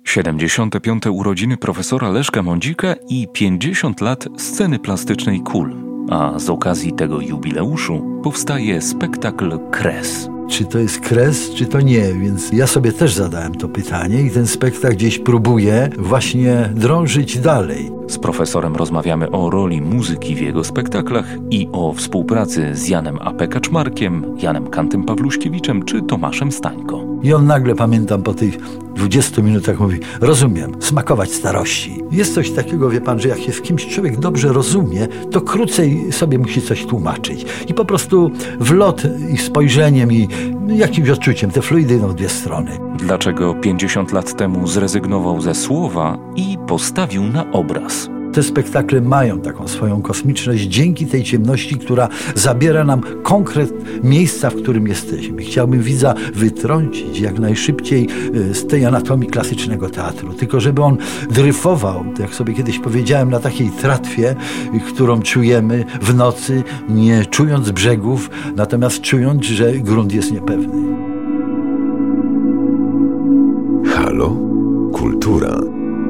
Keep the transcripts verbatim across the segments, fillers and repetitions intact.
siedemdziesiąte piąte urodziny profesora Leszka Mądzika i pięćdziesiąt lat sceny plastycznej Kul. A z okazji tego jubileuszu powstaje spektakl Kres. Czy to jest kres, czy to nie, więc ja sobie też zadałem to pytanie i ten spektakl gdzieś próbuje właśnie drążyć dalej. Z profesorem rozmawiamy o roli muzyki w jego spektaklach i o współpracy z Janem A P Kaczmarkiem, Janem Kantem Pawluśkiewiczem czy Tomaszem Stańko. I on nagle, pamiętam, po tych dwudziestu minutach mówi: rozumiem, smakować starości. Jest coś takiego, wie pan, że jak się z kimś człowiek dobrze rozumie, to krócej sobie musi coś tłumaczyć. I po prostu w lot i spojrzeniem i jakimś odczuciem, te fluidy idą w dwie strony. Dlaczego pięćdziesiąt lat temu zrezygnował ze słowa i postawił na obraz? Te spektakle mają taką swoją kosmiczność dzięki tej ciemności, która zabiera nam konkret miejsca, w którym jesteśmy. Chciałbym widza wytrącić jak najszybciej z tej anatomii klasycznego teatru. Tylko żeby on dryfował, jak sobie kiedyś powiedziałem, na takiej tratwie, którą czujemy w nocy, nie czując brzegów, natomiast czując, że grunt jest niepewny. Halo? Kultura.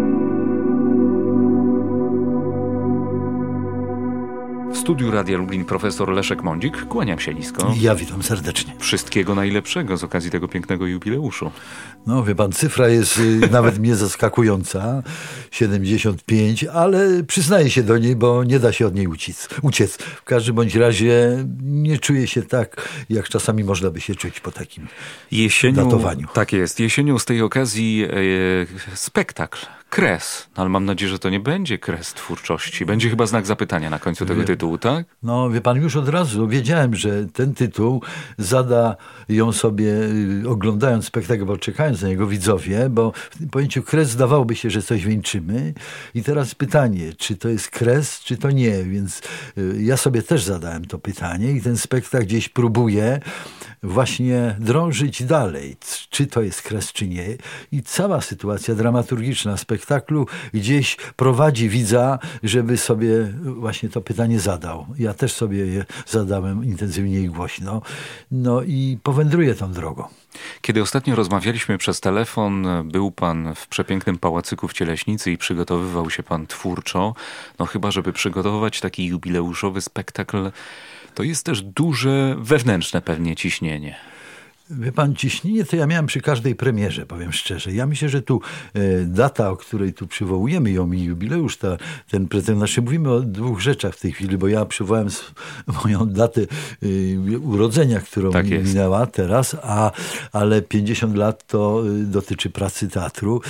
W studiu Radia Lublin profesor Leszek Mądzik. Kłaniam się nisko. Ja witam serdecznie. Wszystkiego najlepszego z okazji tego pięknego jubileuszu. No wie pan, cyfra jest y, nawet mnie zaskakująca, siedemdziesiąt pięć, ale przyznaję się do niej, bo nie da się od niej uciec. uciec. W każdym bądź razie nie czuję się tak, jak czasami można by się czuć po takim Jesienią, datowaniu. Tak jest. Jesienią z tej okazji e, spektakl. Kres. No, ale mam nadzieję, że to nie będzie kres twórczości. Będzie chyba znak zapytania na końcu tego wie, tytułu, tak? No wie pan, już od razu wiedziałem, że ten tytuł zada ją sobie, oglądając spektakl, bo czekając na niego widzowie, bo w tym pojęciu kres zdawałoby się, że coś wieńczymy. I teraz pytanie, czy to jest kres, czy to nie. Więc ja sobie też zadałem to pytanie i ten spektakl gdzieś próbuje właśnie drążyć dalej, czy to jest kres, czy nie. I cała sytuacja dramaturgiczna spektaklu gdzieś prowadzi widza, żeby sobie właśnie to pytanie zadał. Ja też sobie je zadałem intensywnie i głośno. No i powędruję tą drogą. Kiedy ostatnio rozmawialiśmy przez telefon, był pan w przepięknym pałacyku w Cieleśnicy i przygotowywał się pan twórczo. No chyba, żeby przygotować taki jubileuszowy spektakl, to jest też duże wewnętrzne pewnie ciśnienie. Wie pan, ciśnienie to ja miałem przy każdej premierze, powiem szczerze. Ja myślę, że tu e, data, o której tu przywołujemy ją i jubileusz, ta, ten prezent, znaczy mówimy o dwóch rzeczach w tej chwili, bo ja przywołałem moją datę e, urodzenia, którą tak mi jest. minęła teraz, a, ale pięćdziesiąt lat to e, dotyczy pracy teatru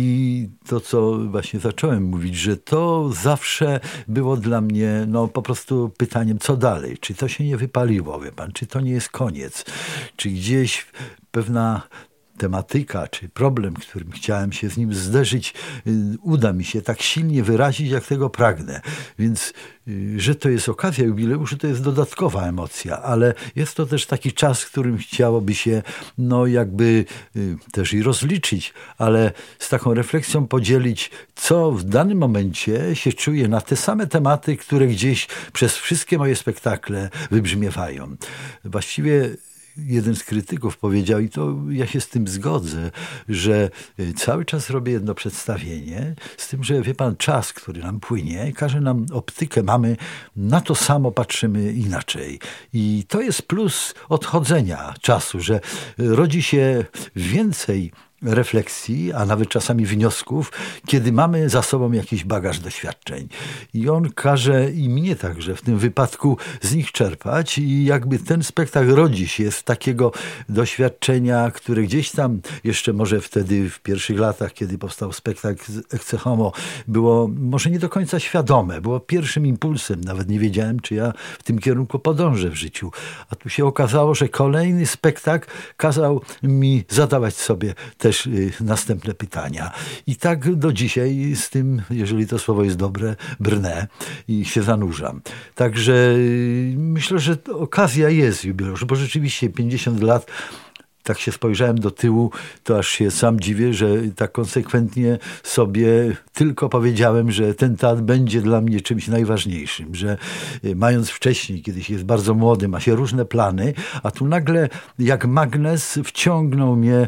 i to, co właśnie zacząłem mówić, że to zawsze było dla mnie no, po prostu pytaniem, co dalej? Czy to się nie wypaliło, wie pan? Czy to nie jest koniec? Czy gdzieś pewna tematyka, czy problem, którym chciałem się z nim zderzyć, uda mi się tak silnie wyrazić, jak tego pragnę. Więc, że to jest okazja jubileuszu, to jest dodatkowa emocja, ale jest to też taki czas, w którym chciałoby się, no jakby też i rozliczyć, ale z taką refleksją podzielić, co w danym momencie się czuje na te same tematy, które gdzieś przez wszystkie moje spektakle wybrzmiewają. Właściwie jeden z krytyków powiedział, i to ja się z tym zgodzę, że cały czas robię jedno przedstawienie, z tym, że wie pan, czas, który nam płynie, każe nam optykę, mamy, na to samo patrzymy inaczej. I to jest plus odchodzenia czasu, że rodzi się więcej refleksji, a nawet czasami wniosków, kiedy mamy za sobą jakiś bagaż doświadczeń. I on każe i mnie także w tym wypadku z nich czerpać i jakby ten spektakl rodzi się z takiego doświadczenia, które gdzieś tam jeszcze może wtedy w pierwszych latach, kiedy powstał spektakl Ecce Homo, było może nie do końca świadome, było pierwszym impulsem, nawet nie wiedziałem, czy ja w tym kierunku podążę w życiu. A tu się okazało, że kolejny spektakl kazał mi zadawać sobie też następne pytania. I tak do dzisiaj z tym, jeżeli to słowo jest dobre, brnę i się zanurzam. Także myślę, że okazja jest jubileusz, bo rzeczywiście pięćdziesiąt lat tak się spojrzałem do tyłu, to aż się sam dziwię, że tak konsekwentnie sobie tylko powiedziałem, że ten teatr będzie dla mnie czymś najważniejszym, że mając wcześniej, kiedy się jest bardzo młody, ma się różne plany, a tu nagle jak magnes wciągnął mnie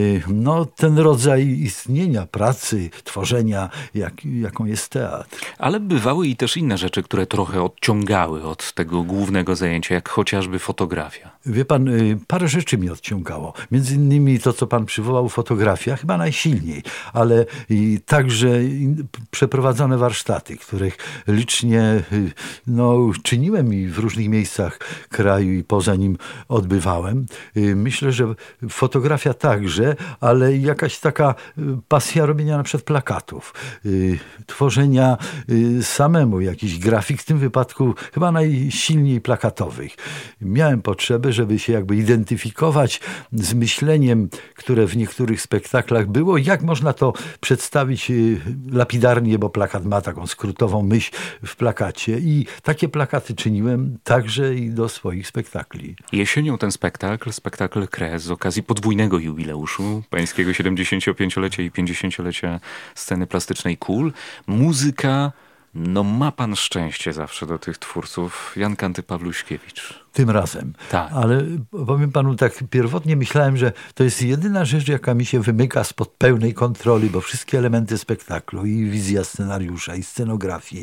no, ten rodzaj istnienia, pracy, tworzenia, jak, jaką jest teatr. Ale bywały i też inne rzeczy, które trochę odciągały od tego głównego zajęcia, jak chociażby fotografia. Wie pan, parę rzeczy mi odciągało. Między innymi to, co pan przywołał, fotografia, chyba najsilniej, ale i także przeprowadzone warsztaty, których licznie no, czyniłem i w różnych miejscach kraju i poza nim odbywałem. Myślę, że fotografia także, ale jakaś taka pasja robienia na przykład plakatów, tworzenia samemu jakichś grafik, w tym wypadku chyba najsilniej plakatowych. Miałem potrzebę, żeby się jakby identyfikować z myśleniem, które w niektórych spektaklach było, jak można to przedstawić lapidarnie, bo plakat ma taką skrótową myśl w plakacie i takie plakaty czyniłem także i do swoich spektakli. Jesienią ten spektakl, spektakl Kres z okazji podwójnego jubileuszu pańskiego siedemdziesięciopięciolecia i pięćdziesięciolecia sceny plastycznej Kul. Muzyka, no ma pan szczęście zawsze do tych twórców. Jan Kanty-Pawluśkiewicz. Tym razem. Tak. Ale powiem panu tak, pierwotnie myślałem, że to jest jedyna rzecz, jaka mi się wymyka spod pełnej kontroli, bo wszystkie elementy spektaklu i wizja scenariusza, i scenografii,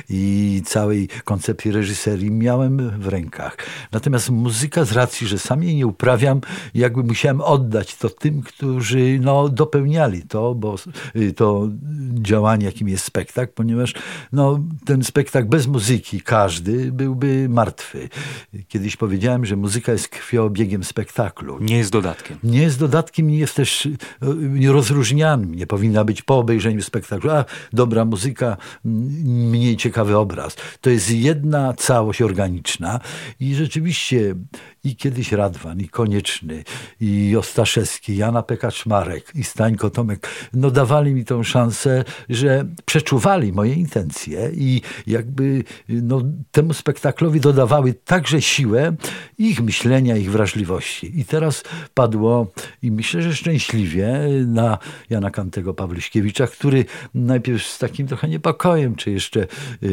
i całej koncepcji reżyserii miałem w rękach. Natomiast muzyka, z racji, że sam jej nie uprawiam, jakby musiałem oddać to tym, którzy no, dopełniali to, bo to działanie, jakim jest spektakl, ponieważ no, ten spektakl bez muzyki, każdy byłby martwy. Kiedyś powiedziałem, że muzyka jest krwiobiegiem spektaklu. Nie jest dodatkiem. Nie jest dodatkiem i jest też nierozróżnianym. Nie powinna być po obejrzeniu spektaklu. A dobra muzyka, mniej ciekawy obraz. To jest jedna całość organiczna i rzeczywiście i kiedyś Radwan, i Konieczny, i Ostaszewski, Jana P. Kaczmarek, i Stańko Tomek, no dawali mi tą szansę, że przeczuwali moje intencje i jakby no, temu spektaklowi dodawały także siłę ich myślenia, ich wrażliwości. I teraz padło, i myślę, że szczęśliwie, na Jana Kantego-Pawluśkiewicza, który najpierw z takim trochę niepokojem, czy jeszcze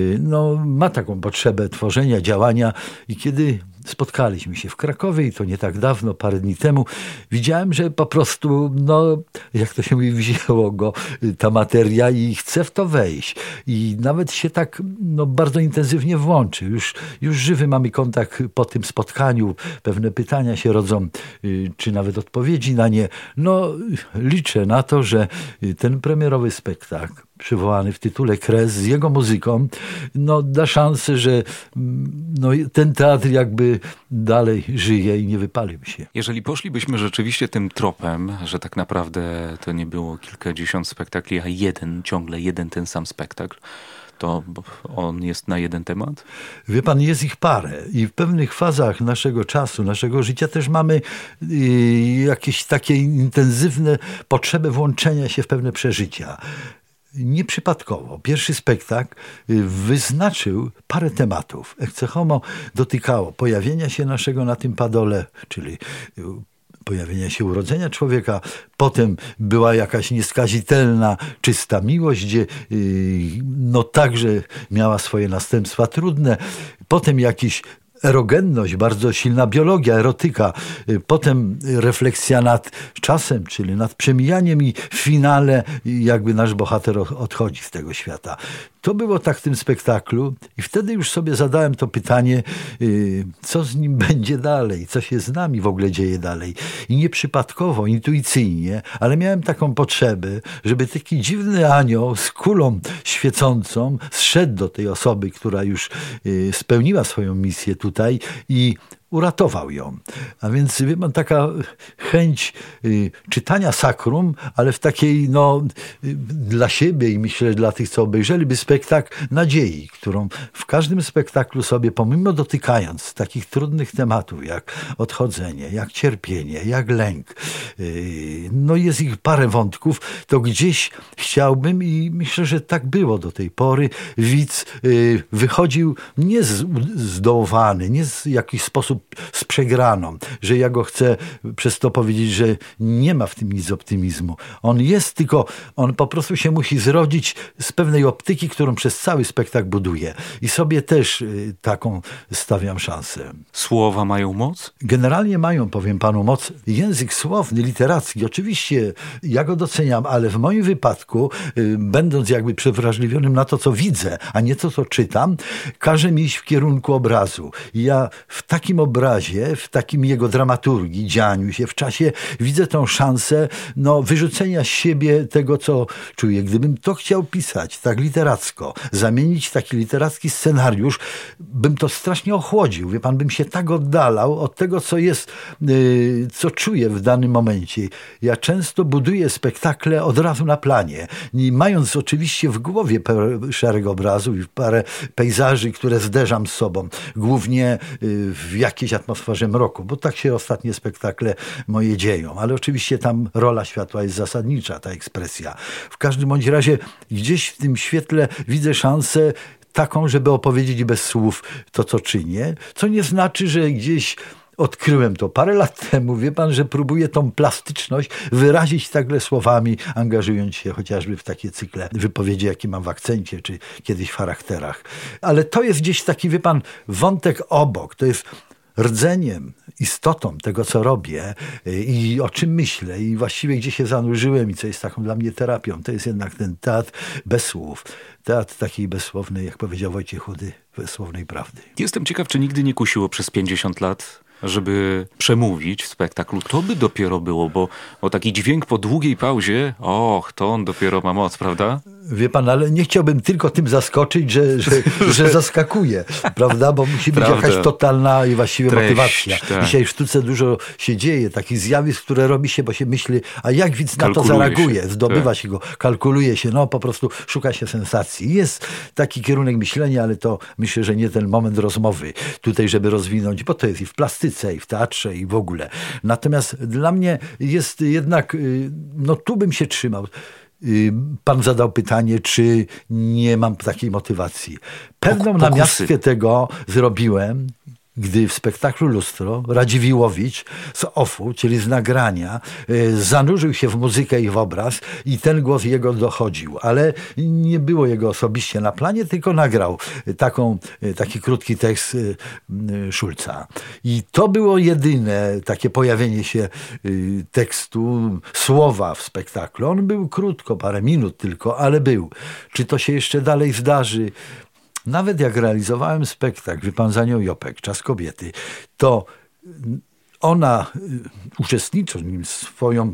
no, ma taką potrzebę tworzenia, działania i kiedy spotkaliśmy się w Krakowie i to nie tak dawno, parę dni temu, widziałem, że po prostu, no, jak to się mówi, wzięło go ta materia i chce w to wejść. I nawet się tak no, bardzo intensywnie włączy. Już, już żywy mamy kontakt po tym spotkaniu. Pewne pytania się rodzą, czy nawet odpowiedzi na nie. No, liczę na to, że ten premierowy spektakl przywołany w tytule Kres z jego muzyką, no da szansę, że no, ten teatr jakby dalej żyje i nie wypalił się. Jeżeli poszlibyśmy rzeczywiście tym tropem, że tak naprawdę to nie było kilkadziesiąt spektakli, a jeden, ciągle jeden ten sam spektakl, to on jest na jeden temat? Wie pan, jest ich parę i w pewnych fazach naszego czasu, naszego życia też mamy y, jakieś takie intensywne potrzeby włączenia się w pewne przeżycia. Nieprzypadkowo. Pierwszy spektakl wyznaczył parę tematów. Ecce Homo dotykało pojawienia się naszego na tym padole, czyli pojawienia się urodzenia człowieka. Potem była jakaś nieskazitelna, czysta miłość, gdzie no także miała swoje następstwa trudne. Potem jakiś erogenność, bardzo silna biologia, erotyka, potem refleksja nad czasem, czyli nad przemijaniem i w finale jakby nasz bohater odchodzi z tego świata. To było tak w tym spektaklu i wtedy już sobie zadałem to pytanie, co z nim będzie dalej, co się z nami w ogóle dzieje dalej. I nieprzypadkowo, intuicyjnie, ale miałem taką potrzebę, żeby taki dziwny anioł z kulą świecącą zszedł do tej osoby, która już spełniła swoją misję tutaj i uratował ją. A więc wie pan, taka chęć y, czytania sakrum, ale w takiej no, y, dla siebie i myślę dla tych, co obejrzeliby spektakl, nadziei, którą w każdym spektaklu sobie, pomimo dotykając takich trudnych tematów, jak odchodzenie, jak cierpienie, jak lęk, y, no jest ich parę wątków, to gdzieś chciałbym i myślę, że tak było do tej pory, widz y, wychodził nie z, zdołowany, nie z jakiś sposób z przegraną, że ja go chcę przez to powiedzieć, że nie ma w tym nic optymizmu. On jest, tylko on po prostu się musi zrodzić z pewnej optyki, którą przez cały spektakl buduje. I sobie też y, taką stawiam szansę. Słowa mają moc? Generalnie mają, powiem panu, moc. Język słowny, literacki, oczywiście ja go doceniam, ale w moim wypadku, y, będąc jakby przewrażliwionym na to, co widzę, a nie to, co czytam, każe mi iść w kierunku obrazu. I ja w takim obrazie, w takim jego dramaturgii, dzianiu się w czasie, widzę tą szansę no, wyrzucenia z siebie tego, co czuję. Gdybym to chciał pisać tak literacko, zamienić taki literacki scenariusz, bym to strasznie ochłodził. Wie pan, bym się tak oddalał od tego, co jest, yy, co czuję w danym momencie. Ja często buduję spektakle od razu na planie, i mając oczywiście w głowie szereg obrazów i parę pejzaży, które zderzam z sobą, głównie yy, w jakiejś atmosferze mroku, bo tak się ostatnie spektakle moje dzieją. Ale oczywiście tam rola światła jest zasadnicza, ta ekspresja. W każdym bądź razie gdzieś w tym świetle widzę szansę taką, żeby opowiedzieć bez słów to, co czynię, co nie znaczy, że gdzieś odkryłem to parę lat temu, wie pan, że próbuję tą plastyczność wyrazić tagle słowami, angażując się chociażby w takie cykle wypowiedzi, jakie mam w Akcencie, czy kiedyś w Charakterach. Ale to jest gdzieś taki, wie pan, wątek obok. To jest rdzeniem, istotą tego, co robię i o czym myślę i właściwie gdzie się zanurzyłem i co jest taką dla mnie terapią. To jest jednak ten teatr bez słów. Teatr takiej bezsłownej, jak powiedział Wojciech Chudy, bezsłownej prawdy. Jestem ciekaw, czy nigdy nie kusiło przez pięćdziesiąt lat, żeby przemówić w spektaklu. To by dopiero było, bo, bo taki dźwięk po długiej pauzie, och, to on dopiero ma moc, prawda? Wie pan, ale nie chciałbym tylko tym zaskoczyć, że, że, że zaskakuje, prawda? Bo musi być Prawda. jakaś totalna i właściwie Treść, motywacja. tak. Dzisiaj w sztuce dużo się dzieje, takich zjawisk, które robi się, bo się myśli, a jak widz na to Kalkuluje zareaguje, się, zdobywa tak. się go, kalkuluje się, no po prostu szuka się sensacji. Jest taki kierunek myślenia, ale to myślę, że nie ten moment rozmowy tutaj, żeby rozwinąć, bo to jest i w plastyce, i w teatrze, i w ogóle. Natomiast dla mnie jest jednak, no tu bym się trzymał. Pan zadał pytanie, czy nie mam takiej motywacji. Pewną Pokusy. namiastkę tego zrobiłem, gdy w spektaklu Lustro Radziwiłowicz z ofu, czyli z nagrania, zanurzył się w muzykę i w obraz i ten głos jego dochodził. Ale nie było jego osobiście na planie, tylko nagrał taką, taki krótki tekst Szulca. I to było jedyne takie pojawienie się tekstu, słowa w spektaklu. On był krótko, parę minut tylko, ale był. Czy to się jeszcze dalej zdarzy? Nawet jak realizowałem spektakl, wie pan, za nią Jopek, Czas kobiety, to ona, uczestnicząc w nim swoją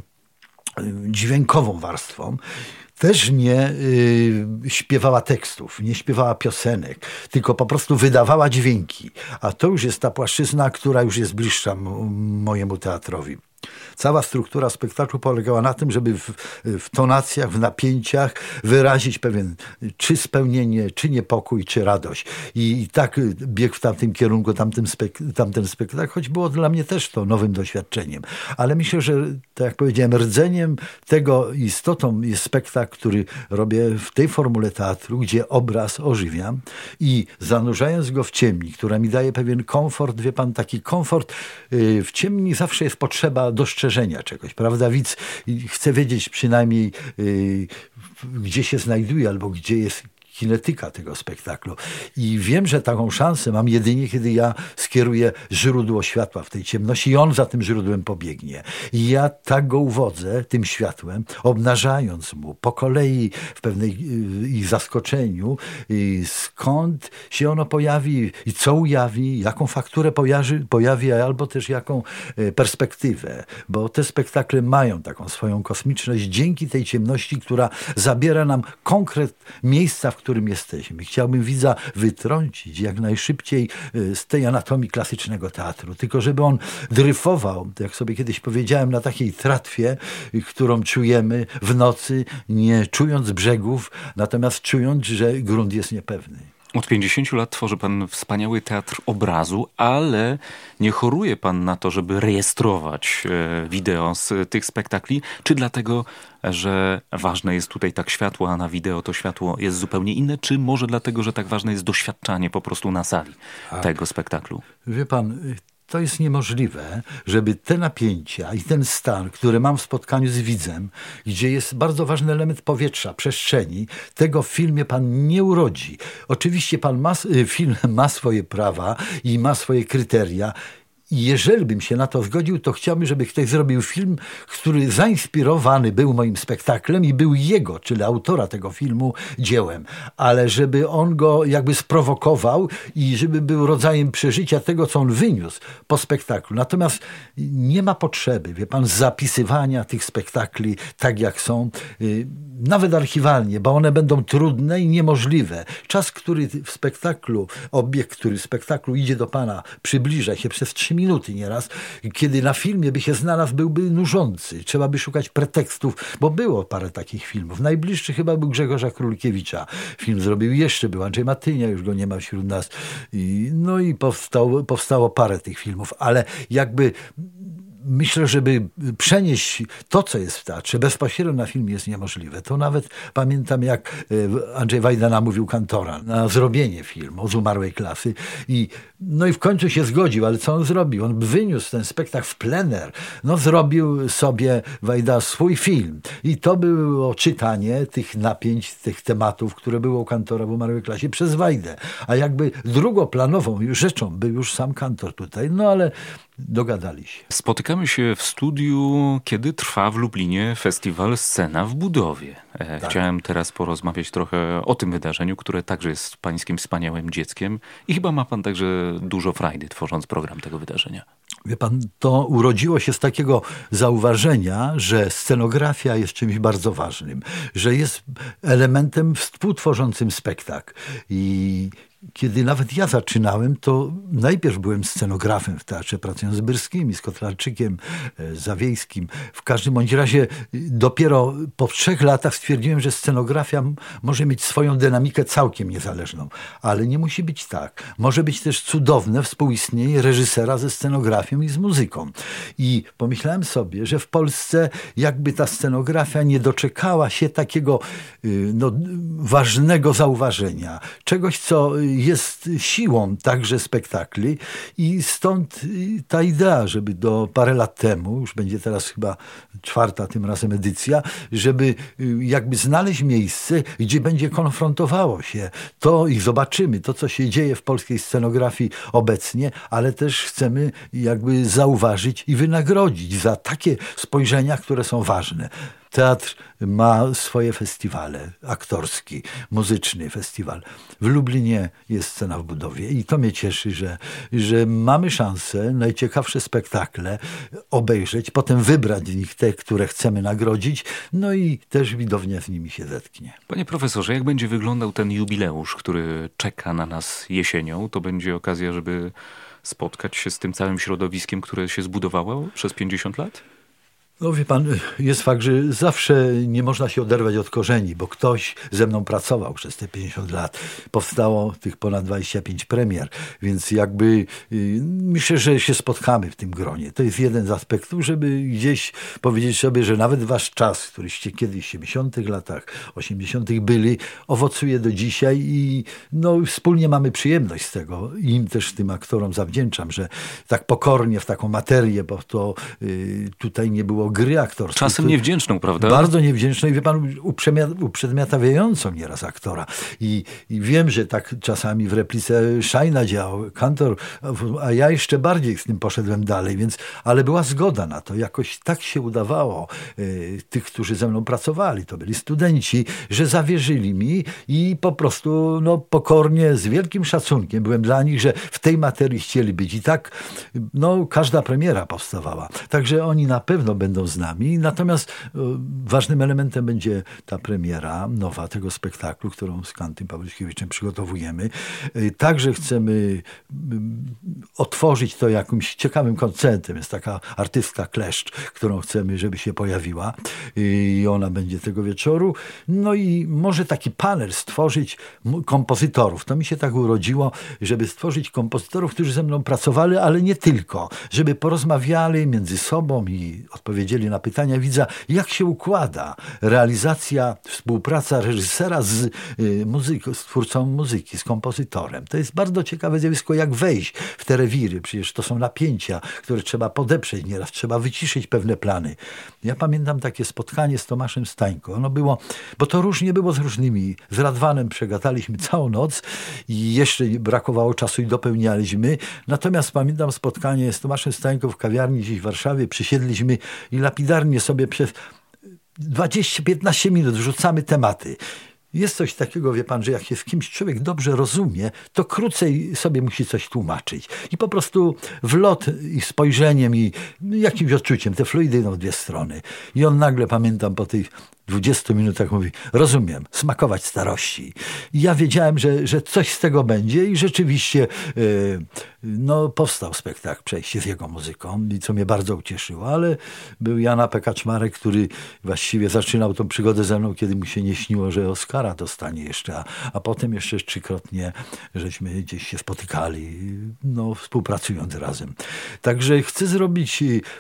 dźwiękową warstwą, też nie y, śpiewała tekstów, nie śpiewała piosenek, tylko po prostu wydawała dźwięki. A to już jest ta płaszczyzna, która już jest bliższa m- mojemu teatrowi. Cała struktura spektaklu polegała na tym, żeby w, w tonacjach, w napięciach wyrazić pewien czy spełnienie, czy niepokój, czy radość. I, i tak biegł w tamtym kierunku tamtym spek- tamten spektakl, choć było dla mnie też to nowym doświadczeniem. Ale myślę, że tak jak powiedziałem, rdzeniem tego, istotą jest spektakl, który robię w tej formule teatru, gdzie obraz ożywiam i zanurzając go w ciemni, która mi daje pewien komfort, wie pan, taki komfort, yy, w ciemni zawsze jest potrzeba dostrzeżenia czegoś, prawda? Widz chce wiedzieć przynajmniej, yy, gdzie się znajduje albo gdzie jest kinetyka tego spektaklu. I wiem, że taką szansę mam jedynie, kiedy ja skieruję źródło światła w tej ciemności i on za tym źródłem pobiegnie. I ja tak go uwodzę tym światłem, obnażając mu po kolei w pewnej i zaskoczeniu, i skąd się ono pojawi i co ujawi, jaką fakturę pojawi, pojawi albo też jaką perspektywę. Bo te spektakle mają taką swoją kosmiczność dzięki tej ciemności, która zabiera nam konkret miejsca, w którym jesteśmy. Chciałbym widza wytrącić jak najszybciej z tej anatomii klasycznego teatru. Tylko żeby on dryfował, jak sobie kiedyś powiedziałem, na takiej tratwie, którą czujemy w nocy, nie czując brzegów, natomiast czując, że grunt jest niepewny. Od pięćdziesięciu lat tworzy pan wspaniały teatr obrazu, ale nie choruje pan na to, żeby rejestrować wideo z tych spektakli? Czy dlatego, że ważne jest tutaj tak światło, a na wideo to światło jest zupełnie inne? Czy może dlatego, że tak ważne jest doświadczanie po prostu na sali tak. tego spektaklu? Wie pan, to jest niemożliwe, żeby te napięcia i ten stan, który mam w spotkaniu z widzem, gdzie jest bardzo ważny element powietrza, przestrzeni, tego w filmie pan nie urodzi. Oczywiście pan ma, film ma swoje prawa i ma swoje kryteria. I jeżeli bym się na to zgodził, to chciałbym, żeby ktoś zrobił film, który zainspirowany był moim spektaklem i był jego, czyli autora tego filmu, dziełem. Ale żeby on go jakby sprowokował i żeby był rodzajem przeżycia tego, co on wyniósł po spektaklu. Natomiast nie ma potrzeby, wie pan, zapisywania tych spektakli tak, jak są, nawet archiwalnie, bo one będą trudne i niemożliwe. Czas, który w spektaklu, obiekt, który w spektaklu idzie do pana, przybliża się przez trzy minuty nieraz, kiedy na filmie by się znalazł, byłby nużący. Trzeba by szukać pretekstów, bo było parę takich filmów. Najbliższy chyba był Grzegorza Królkiewicza. Film zrobił jeszcze, był Andrzej Matynia, już go nie ma wśród nas. I, no i powstało, powstało parę tych filmów, ale jakby myślę, żeby przenieść to, co jest w teatrze, bezpośrednio na film jest niemożliwe. To nawet pamiętam, jak Andrzej Wajda namówił Kantora na zrobienie filmu z umarłej klasy. I, no i w końcu się zgodził, ale co on zrobił? On wyniósł ten spektakl w plener. No zrobił sobie Wajda swój film. I to było czytanie tych napięć, tych tematów, które było u Kantora w umarłej klasie przez Wajdę. A jakby drugoplanową rzeczą był już sam Kantor tutaj. No ale dogadali się. Spotykamy się w studiu, kiedy trwa w Lublinie festiwal Scena w budowie. E, tak. Chciałem teraz porozmawiać trochę o tym wydarzeniu, które także jest pańskim wspaniałym dzieckiem i chyba ma pan także dużo frajdy, tworząc program tego wydarzenia. Wie pan, to urodziło się z takiego zauważenia, że scenografia jest czymś bardzo ważnym, że jest elementem współtworzącym spektakl. I kiedy nawet ja zaczynałem, to najpierw byłem scenografem w teatrze, pracując z Byrskimi, z Kotlarczykiem, z Zawiejskim. W każdym bądź razie dopiero po trzech latach stwierdziłem, że scenografia może mieć swoją dynamikę całkiem niezależną. Ale nie musi być tak. Może być też cudowne współistnienie reżysera ze scenografią i z muzyką. I pomyślałem sobie, że w Polsce jakby ta scenografia nie doczekała się takiego no, ważnego zauważenia. Czegoś, co jest siłą także spektakli i stąd ta idea, żeby do parę lat temu, już będzie teraz chyba czwarta tym razem edycja, żeby jakby znaleźć miejsce, gdzie będzie konfrontowało się to i zobaczymy to, co się dzieje w polskiej scenografii obecnie, ale też chcemy jakby zauważyć i wynagrodzić za takie spojrzenia, które są ważne. Teatr ma swoje festiwale, aktorski, muzyczny festiwal. W Lublinie jest Scena w budowie i to mnie cieszy, że, że mamy szansę najciekawsze spektakle obejrzeć, potem wybrać z nich te, które chcemy nagrodzić, no i też widownia z nimi się zetknie. Panie profesorze, jak będzie wyglądał ten jubileusz, który czeka na nas jesienią? To będzie okazja, żeby spotkać się z tym całym środowiskiem, które się zbudowało przez pięćdziesiąt lat? No wie pan, jest fakt, że zawsze nie można się oderwać od korzeni, bo ktoś ze mną pracował przez te pięćdziesiąt lat. Powstało tych ponad dwadzieścia pięć premier, więc jakby yy, myślę, że się spotkamy w tym gronie. To jest jeden z aspektów, żeby gdzieś powiedzieć sobie, że nawet wasz czas, któryście kiedyś w siedemdziesiątych latach, osiemdziesiątych byli, owocuje do dzisiaj i no, wspólnie mamy przyjemność z tego. I im też tym aktorom zawdzięczam, że tak pokornie w taką materię, bo to yy, tutaj nie było gry aktorskie. Czasem niewdzięczną, prawda? Bardzo niewdzięczną i wie pan, uprzedmiotawiającą nieraz aktora. I, I wiem, że tak czasami w replice Szajna działał, Kantor, a ja jeszcze bardziej z tym poszedłem dalej, więc, ale była zgoda na to. Jakoś tak się udawało y, tych, którzy ze mną pracowali, to byli studenci, że zawierzyli mi i po prostu no, pokornie, z wielkim szacunkiem byłem dla nich, że w tej materii chcieli być. I tak no, każda premiera powstawała. Także oni na pewno będą z nami. Natomiast ważnym elementem będzie ta premiera nowa tego spektaklu, którą z Kantym Pawluszkiewiczem przygotowujemy. Także chcemy otworzyć to jakimś ciekawym koncertem. Jest taka artystka Kleszcz, którą chcemy, żeby się pojawiła i ona będzie tego wieczoru. No i może taki panel stworzyć kompozytorów. To mi się tak urodziło, żeby stworzyć kompozytorów, którzy ze mną pracowali, ale nie tylko. Żeby porozmawiali między sobą i odpowiedzieli odpowiedzieli na pytania widza, jak się układa realizacja, współpraca reżysera z y, muzyką, z twórcą muzyki, z kompozytorem. To jest bardzo ciekawe zjawisko, jak wejść w te rewiry. Przecież to są napięcia, które trzeba podeprzeć nieraz, trzeba wyciszyć pewne plany. Ja pamiętam takie spotkanie z Tomaszem Stańko. Ono było, bo to różnie było z różnymi. Z Radwanem przegadaliśmy całą noc i jeszcze brakowało czasu i dopełnialiśmy. Natomiast pamiętam spotkanie z Tomaszem Stańko w kawiarni gdzieś w Warszawie. Przysiedliśmy i lapidarnie sobie przez dwadzieścia piętnaście minut wrzucamy tematy. Jest coś takiego, wie pan, że jak się z kimś człowiek dobrze rozumie, to krócej sobie musi coś tłumaczyć. I po prostu wlot i spojrzeniem i jakimś odczuciem, te fluidy idą w dwie strony. I on nagle, pamiętam, po tych dwudziestu minutach mówi, rozumiem, smakować starości. I ja wiedziałem, że, że coś z tego będzie i rzeczywiście yy, no, powstał spektakl Przejście z jego muzyką, i co mnie bardzo ucieszyło, ale był Jan A P. Kaczmarek, który właściwie zaczynał tą przygodę ze mną, kiedy mu się nie śniło, że Oscara dostanie jeszcze, a, a potem jeszcze trzykrotnie żeśmy gdzieś się spotykali, no, współpracując razem. Także chcę zrobić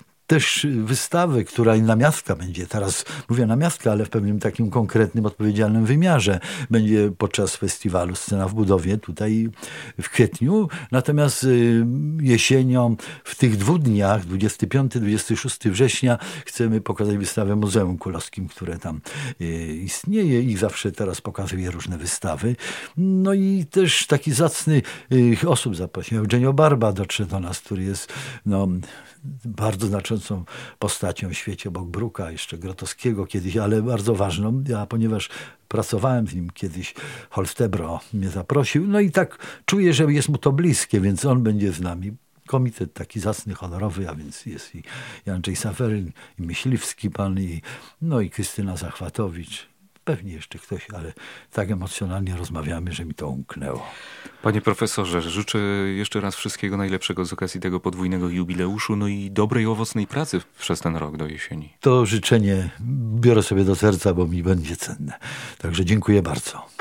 też wystawę, która i namiastka będzie, teraz mówię namiastka, ale w pewnym takim konkretnym, odpowiedzialnym wymiarze, będzie podczas festiwalu Scena w budowie tutaj w kwietniu. Natomiast jesienią, w tych dwóch dniach, dwudziestego piątego do dwudziestego szóstego września, chcemy pokazać wystawę w Muzeum Królewskim, które tam istnieje i zawsze teraz pokazuje różne wystawy. No i też taki zacny osób zaprosiłem. Eugenio Barba dotrze do nas, który jest no, bardzo znaczącą postacią w świecie obok Bruka, jeszcze Grotowskiego kiedyś, ale bardzo ważną, a ponieważ pracowałem z nim kiedyś, Holstebro mnie zaprosił, no i tak czuję, że jest mu to bliskie, więc on będzie z nami. Komitet taki zacny, honorowy, a więc jest i Andrzej Saferyn, i Myśliwski pan, i, no i Krystyna Zachwatowicz. Pewnie jeszcze ktoś, ale tak emocjonalnie rozmawiamy, że mi to umknęło. Panie profesorze, życzę jeszcze raz wszystkiego najlepszego z okazji tego podwójnego jubileuszu, no i dobrej, owocnej pracy przez ten rok do jesieni. To życzenie biorę sobie do serca, bo mi będzie cenne. Także dziękuję bardzo.